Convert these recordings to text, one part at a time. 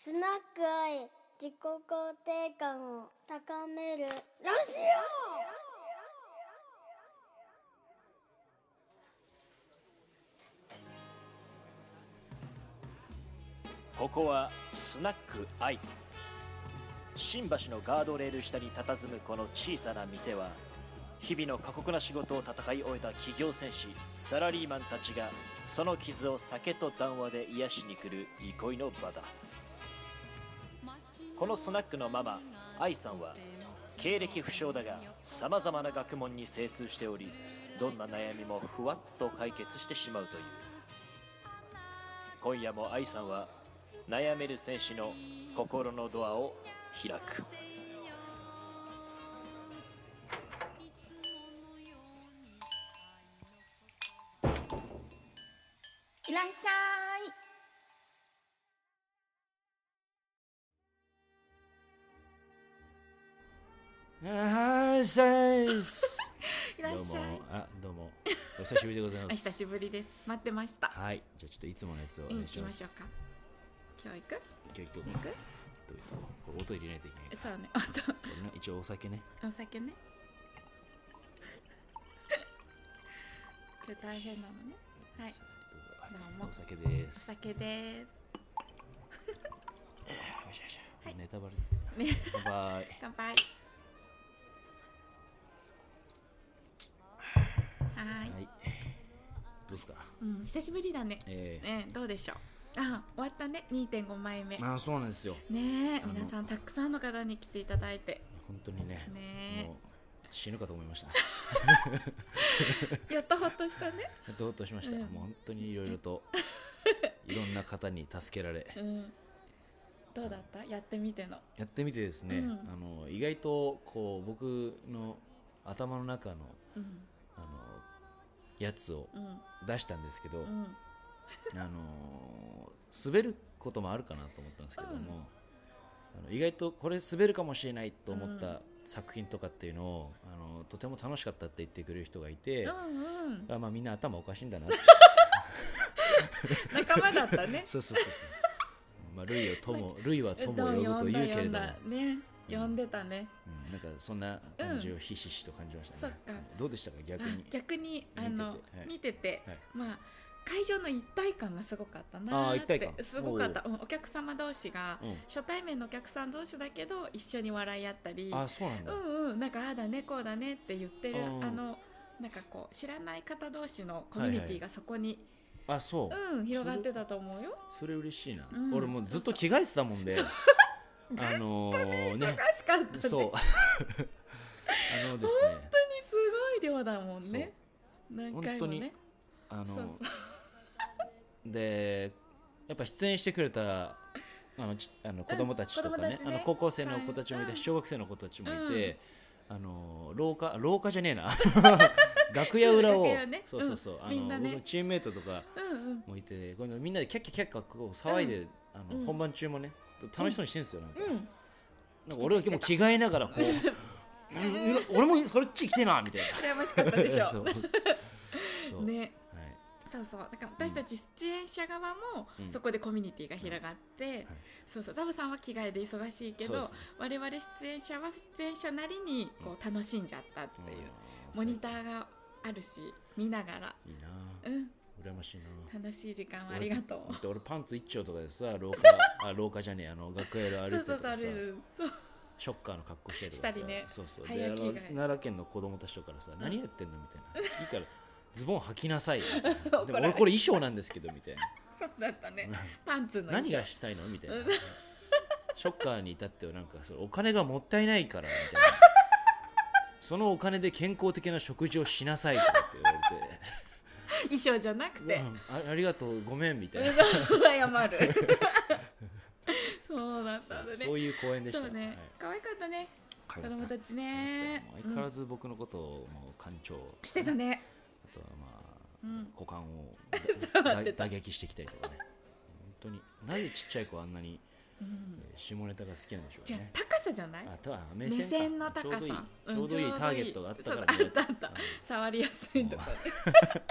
スナック愛、自己肯定感を高めるラジオ。ここはスナック愛。新橋のガードレール下に佇むこの小さな店は、日々の過酷な仕事を戦い終えた企業戦士サラリーマンたちがその傷を酒と談話で癒しに来る憩いの場だ。このスナックのママ愛さんは経歴不詳だがさまざまな学問に精通しており、どんな悩みもふわっと解決してしまうという。今夜も愛さんは悩める選手の心のドアを開く。 いらっしゃい。 はい、です。 いらっしゃい。 どうも。お久しぶりでございます。 久しぶりです。待ってました。 はい、じゃあちょっといつものやつをお願いします。 行きましょうか。今日行く？ 行く？ これ音入れないといけない。 そうね、音。 これね、一応お酒ね。 お酒ね。で大変なのね。はい。どうも。 お酒です。 お酒です。 よし。 はい、 ネタバレ。 ね。 乾杯。 乾杯。はい。 どうですか？ 久しぶりだね。どうでしょう。終わったね。2.5 枚目。 そうなんですよ。 ねえ、皆さんたくさんの方に来ていただいて。 本当にね。もう死ぬかと思いました。 やっとほっとしたね。 やっとほっとしました。もう本当にいろいろといろんな方に助けられ。 どうだった？やってみての。 やってみてですね。意外とこう僕の頭の中のやつを出したんですけど、滑ることもあるかなと思ったんですけども、意外とこれ滑るかもしれないと思った作品とかっていうのをとても楽しかったって言ってくれる人がいて、まあみんな頭おかしいんだなって仲間だったね。 そう、まあ、類は友を呼ぶと言うけれどもね、呼んでたね。なんかそんな感じをひしひしと感じましたね。 そっか。 どうでしたか？ 逆に見てて、まあ会場の一体感がすごかったなーって。すごかった。お客様同士が、初対面のお客さん同士だけど一緒に笑い合ったり、 そうなんだ。 なんかああだねこうだねって言ってるなんかこう知らない方同士のコミュニティがそこに広がってたと思うよ。 それ嬉しいな。俺もうずっと着替えてたもんで。 忙しかったね。 そう。ですね。 本当にすごい量だもんね。何回もね。 でやっぱ出演してくれた子供たちとかね、高校生の子たちもいて、小学生の子たちもいて、廊下じゃねえな楽屋裏をそう僕チームメイトとかもいて、これみんなでキャッキャこう騒いで、本番中もね楽しそうにしてるんですよ。なんか俺はも着替えながらこう俺もそっち来てなみたいな。 羨ましかったでしょ。 そうね。そうだから私たち出演者側もそこでコミュニティが広がって、ザボさんは着替えで忙しいけど、我々出演者は出演者なりにこう楽しんじゃったっていう、モニターがあるし見ながらいいな。羨ましいな。 楽しい時間をありがとう。 俺パンツ一丁とかでさ、廊下じゃねえ、楽屋で歩いてとかさ、ショッカーの格好してるとかさ、 ね、 で奈良県の子供たちとかからさ、何やってんのみたいな、いいからズボン履きなさいでも俺これ衣装なんですけどみたいな。 そうだったね。パンツの何がしたいのみたいな。ショッカーに至ってはなんかそれお金がもったいないからみたいな。そのお金で健康的な食事をしなさいって言われて。 衣装じゃなくて、 ありがとうごめんみたいな。 謝る。そうだったね。 そういう公演でした。 そうね。可愛かったね。子供たちね。 相変わらず僕のことをもう感情してたね。 あとは股間を打撃してきたりとかね。本当になぜちっちゃい子あんなに下ネタが好きなんでしょうね。 じゃあ高さじゃない？目線の高さ。 ちょうどいいターゲットがあったからね。 あった。触りやすいとかね。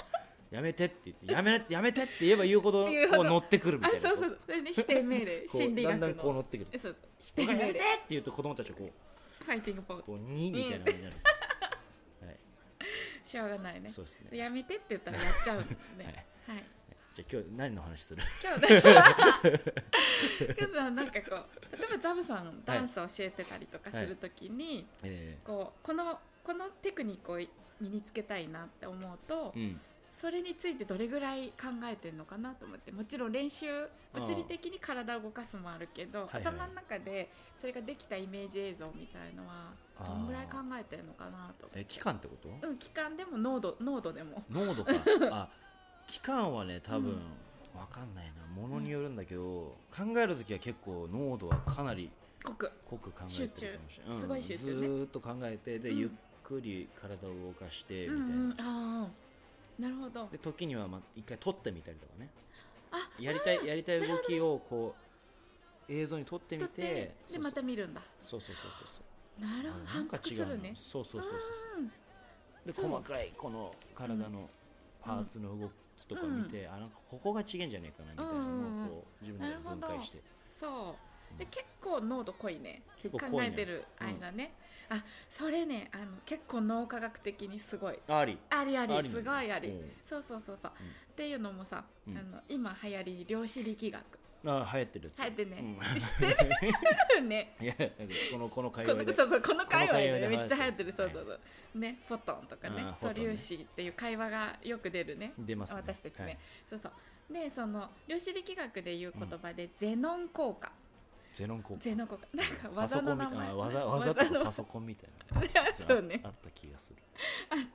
やめてって言ってやめてって言えば言うほどこう乗ってくるみたいな。 そうそうそれね否定命令こう心理学のだんだんこう乗ってくる。 そう否定命令やめてって言うと子供たちはこファイティングポーズう2みたいな感じになる。はい。 しょうがないね。 そうですね。 やめてって言ったらやっちゃうね。はい。 じゃあ今日何の話する？ 今日ね。今日はなんかこう例えばザブさんダンスを教えてたりとかするときに、このテクニックを身につけたいなって思うと、それについてどれぐらい考えてるのかなと思って。もちろん練習物理的に体を動かすもあるけど、頭の中でそれができたイメージ映像みたいのはどんぐらい考えてるのかなと思って。 期間ってこと？ 期間でも濃度でも。 濃度か。期間はね多分わかんないな、ものによるんだけど、考えるときは結構濃度はかなり濃く考えてるかもしれない。 すごい集中ね。 ずーっと考えてで、ゆっくり体を動かしてみたいな。 なるほど。 で時には一回撮ってみたりとかね。やりたい動きをこう映像に撮ってみて、 でまた見るんだ。 そうなるほど。反復するね。 そうで細かいこの体のパーツの動きとか見て、なんかここが違うんじゃないかなみたいなのをこう自分で分解して。 そうで結構濃度濃いね。 結構濃いね。 考えてる間ね。それね結構脳科学的にすごいありすごいあり。そうっていうのもさ、今流行り量子力学。 流行ってる。 流行ってね。知ってるね。 いやこの会話で。 この会話でめっちゃ流行ってる。ね、フォトンとかね、粒子っていう会話がよく出るね。 出ますね。 私たちね。でその量子力学でいう言葉でゼノン効果。ゼノン効果。なんか技の名前。 技とかパソコンみたいな。 そうね。 あった気がする。 あった。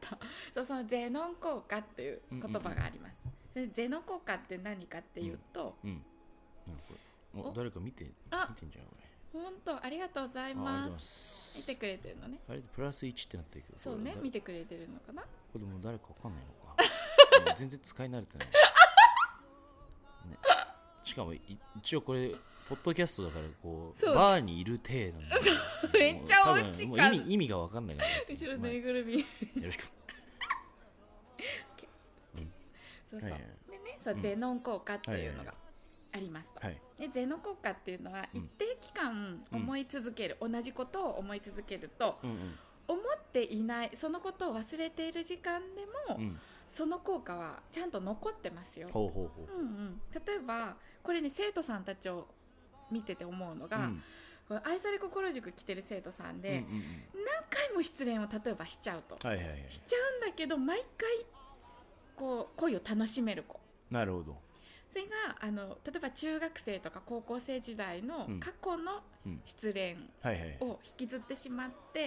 そのゼノン効果っていう言葉があります。ゼノン効果って何かっていうと。 誰か見てんじゃん本当ありがとうございます。見てくれてるのね。 あれプラス1ってなってるけど。 そうね、見てくれてるのかな。 これでも誰かわかんないのか。全然使い慣れてない。しかも一応これポッドキャストだからこうバーにいる体なんで。 めっちゃおうちか。 意味がわかんないから。 後ろぬいぐるみ。よろしく。 そうでね、ゼノン効果っていうのがありますと。でゼノン効果っていうのは一定期間思い続ける、同じことを思い続けると、思っていないそのことを忘れている時間でも、その効果はちゃんと残ってますよ。例えばこれね、生徒さんたちを見てて思うのが、この愛され心塾来てる生徒さんで、何回も失恋を例えばしちゃうと、しちゃうんだけど毎回こう恋を楽しめる子。 なるほど。 それが例えば中学生とか高校生時代の過去の失恋を引きずってしまって、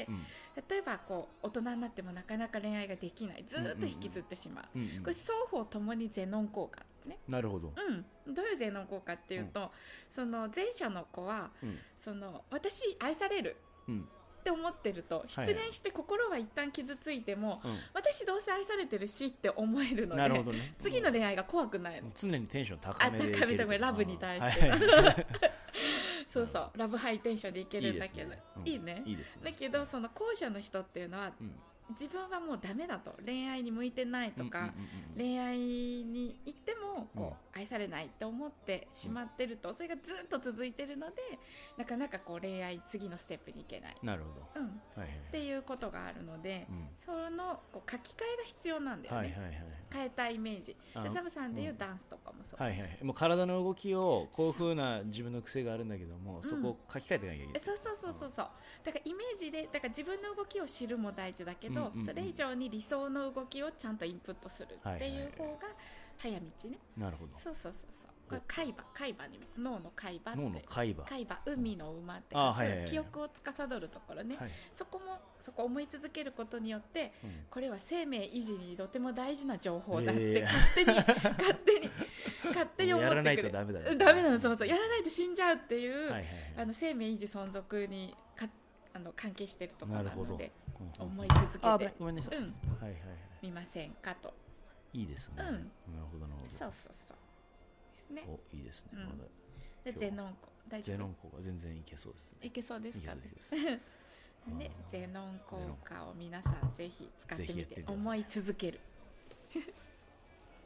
例えばこう大人になってもなかなか恋愛ができない、ずっと引きずってしまう、これ双方ともにゼノン効果ね。 なるほど。 どういうゼノン効果っていうと、その前者の子は、その私愛される、って思ってると、失恋して心は一旦傷ついても、私どうせ愛されてるしって思えるので、次の恋愛が怖くないの。 常にテンション高めでいける。 高めラブに対してそうラブハイテンションでいけるんだけど、いいね。だけどその後者の人っていうのは、自分はもうダメだと、恋愛に向いてないとか、恋愛に行ってもこう愛されないって思ってしまってると、それがずっと続いてるので、なかなかこう恋愛次のステップに行けない。 なるほど。 っていうことがあるので、そのこう書き換えが必要なんだよね。変えたイメージ。ザブさんでいうダンスとかもそうです。 もう体の動きをこういう風な自分の癖があるんだけども、そこを書き換えていかなきゃいけない。 そうだからイメージで、だから自分の動きを知るも大事だけど、それ以上に理想の動きをちゃんとインプットするっていう方が早道ね。 なるほど。 これ海馬にも、脳の海馬って、海馬、海の馬って記憶を司るところね。そこ思い続けることによって、これは生命維持にとても大事な情報だって勝手に思ってくる。 やらないとダメだね。 ダメなの。やらないと死んじゃうっていう、生命維持存続に関係しているところなので、思い続けて見ませんかと。 いいですね。なるほどなるほど。 そうですね。 いいですね。 でゼノン効大丈夫？ ゼノン効果全然いけそうですね。 いけそうですかね。でゼノン効果を皆さんぜひ使ってみて、思い続ける。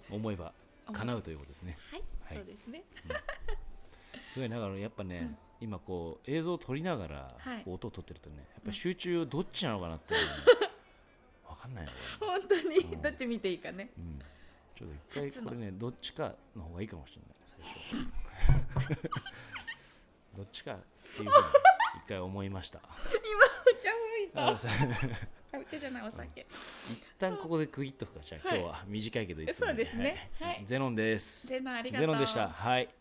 思えば叶うということですね。 はい、はい、そうですね。 すごいだからやっぱね、今こう映像を撮りながらこう音を撮ってるとね、やっぱ集中どっちなのかなっていうのね、分かんないなこれ。 本当にどっち見ていいかね。 ちょっと一回これね、どっちかの方がいいかもしれない最初。どっちかっていうふうに一回思いました。 今お茶吹いた。お茶じゃない、お酒。 一旦ここで区切っとくか。じゃあ今日は短いけどいつも、 そうですね。はい。 ゼノンです。 ゼノンありがとう。 ゼノンでした。はい。